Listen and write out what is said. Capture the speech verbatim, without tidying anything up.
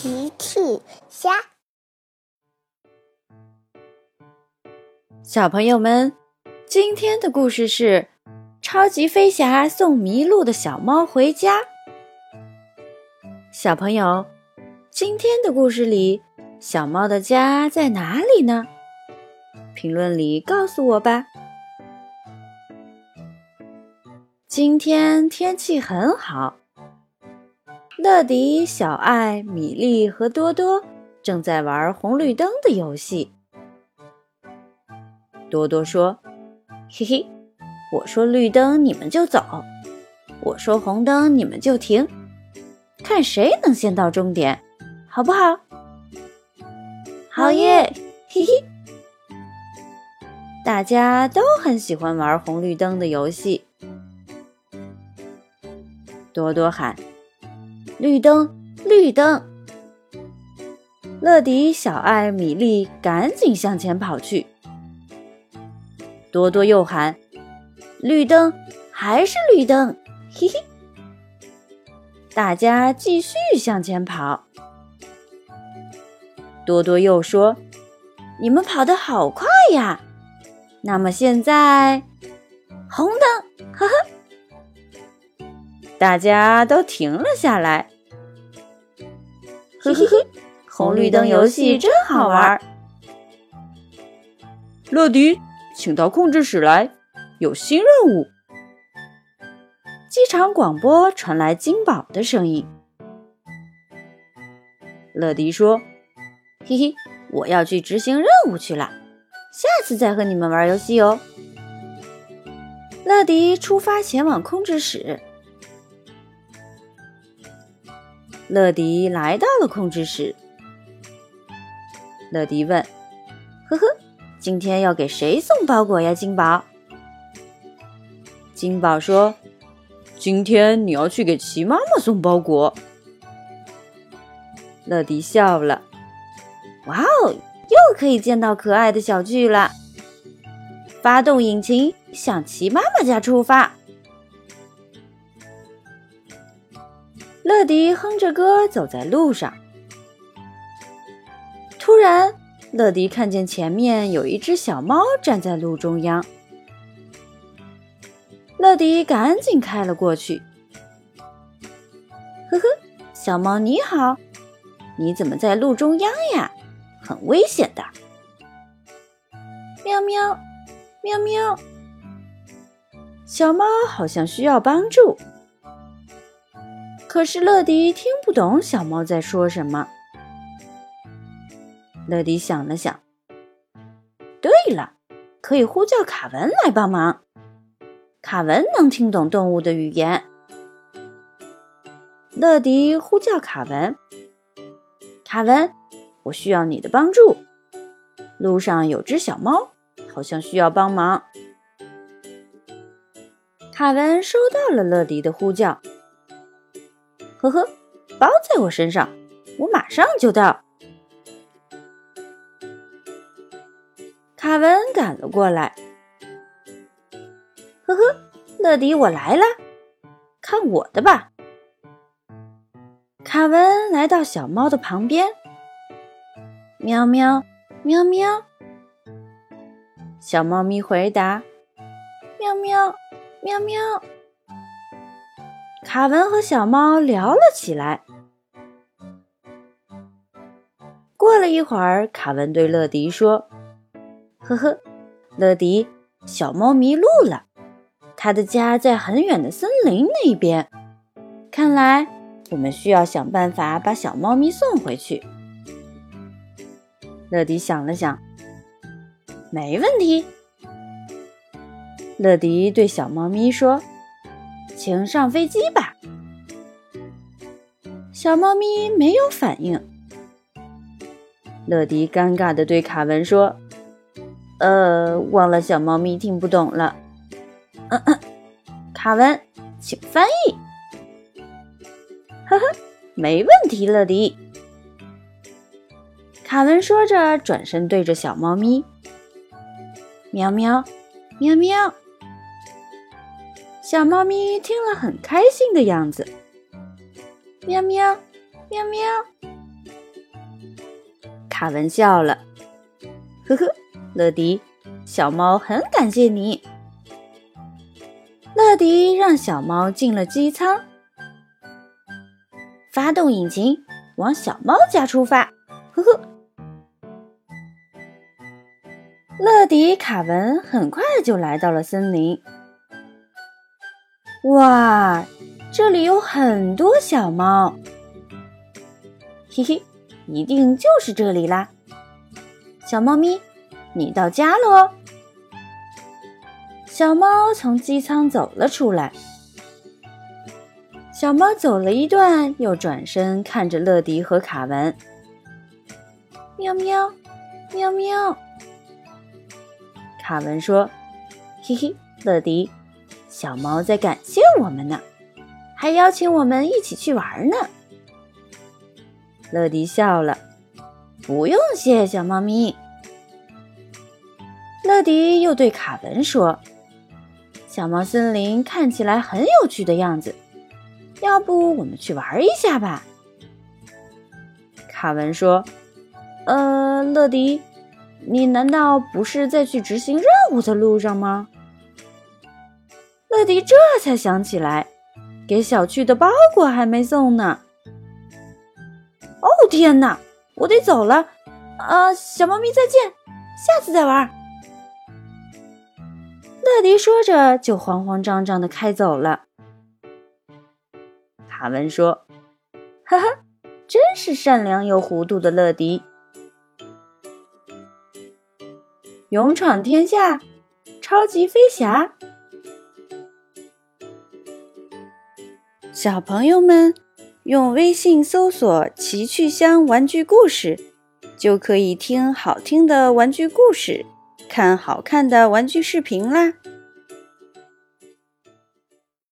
奇趣虾。 小朋友们，今天的故事是超级飞侠送迷路的小猫回家。小朋友，今天的故事里，小猫的家在哪里呢？评论里告诉我吧。今天天气很好，乐迪、小爱、米莉和多多正在玩红绿灯的游戏。多多说：嘿嘿，我说绿灯你们就走，我说红灯你们就停，看谁能先到终点，好不好？好耶，嘿嘿。大家都很喜欢玩红绿灯的游戏。多多喊：绿灯，绿灯！乐迪、小爱、米莉赶紧向前跑去。多多又喊：绿灯，还是绿灯！嘿嘿。大家继续向前跑。多多又说：你们跑得好快呀！那么现在，红灯，呵呵。大家都停了下来。呵呵呵，红绿灯游戏真好玩。乐迪，请到控制室来，有新任务。机场广播传来金宝的声音。乐迪说：嘿嘿，我要去执行任务去了，下次再和你们玩游戏哦。乐迪出发前往控制室。乐迪来到了控制室。乐迪问：呵呵，今天要给谁送包裹呀，金宝？金宝说：今天你要去给齐妈妈送包裹。乐迪笑了。哇哦，又可以见到可爱的小巨了。发动引擎，向齐妈妈家出发。乐迪哼着歌走在路上。突然，乐迪看见前面有一只小猫站在路中央。乐迪赶紧开了过去。呵呵，小猫你好，你怎么在路中央呀？很危险的。喵喵，喵喵。小猫好像需要帮助。可是乐迪听不懂小猫在说什么。乐迪想了想，对了，可以呼叫卡文来帮忙。卡文能听懂动物的语言。乐迪呼叫卡文：卡文，我需要你的帮助。路上有只小猫，好像需要帮忙。卡文收到了乐迪的呼叫。呵呵，包在我身上，我马上就到。卡文赶了过来。呵呵，乐迪，我来了，看我的吧。卡文来到小猫的旁边。喵喵，喵喵。小猫咪回答：喵喵，喵喵。卡文和小猫聊了起来。过了一会儿，卡文对乐迪说：呵呵，乐迪，小猫迷路了，它的家在很远的森林那边，看来我们需要想办法把小猫咪送回去。乐迪想了想，没问题。乐迪对小猫咪说：请上飞机吧。小猫咪没有反应。乐迪尴尬地对卡文说：呃，忘了小猫咪听不懂了。嗯嗯，卡文，请翻译。呵呵，没问题，乐迪。卡文说着，转身对着小猫咪：喵喵，喵喵。小猫咪听了很开心的样子。喵喵，喵喵。 卡文笑了，呵呵，乐迪，小猫很感谢你。乐迪让小猫进了机舱，发动引擎，往小猫家出发，呵呵。乐迪、卡文很快就来到了森林。哇，这里有很多小猫，嘿嘿，一定就是这里啦。小猫咪，你到家了哦。小猫从机舱走了出来。小猫走了一段，又转身看着乐迪和卡文。喵喵，喵喵。卡文说：“嘿嘿，乐迪，小猫在感谢我们呢，还邀请我们一起去玩呢。”乐迪笑了：“不用谢，小猫咪。”乐迪又对卡文说：“小猫森林看起来很有趣的样子，要不我们去玩一下吧？”卡文说：“呃，乐迪，你难道不是在去执行任务的路上吗？”乐迪这才想起来，给小趣的包裹还没送呢。哦天哪，我得走了，呃，小猫咪再见，下次再玩。乐迪说着就慌慌张张地开走了。卡文说：“哈哈，真是善良又糊涂的乐迪。”勇闯天下，超级飞侠。小朋友们，用微信搜索奇趣箱玩具故事，就可以听好听的玩具故事，看好看的玩具视频啦。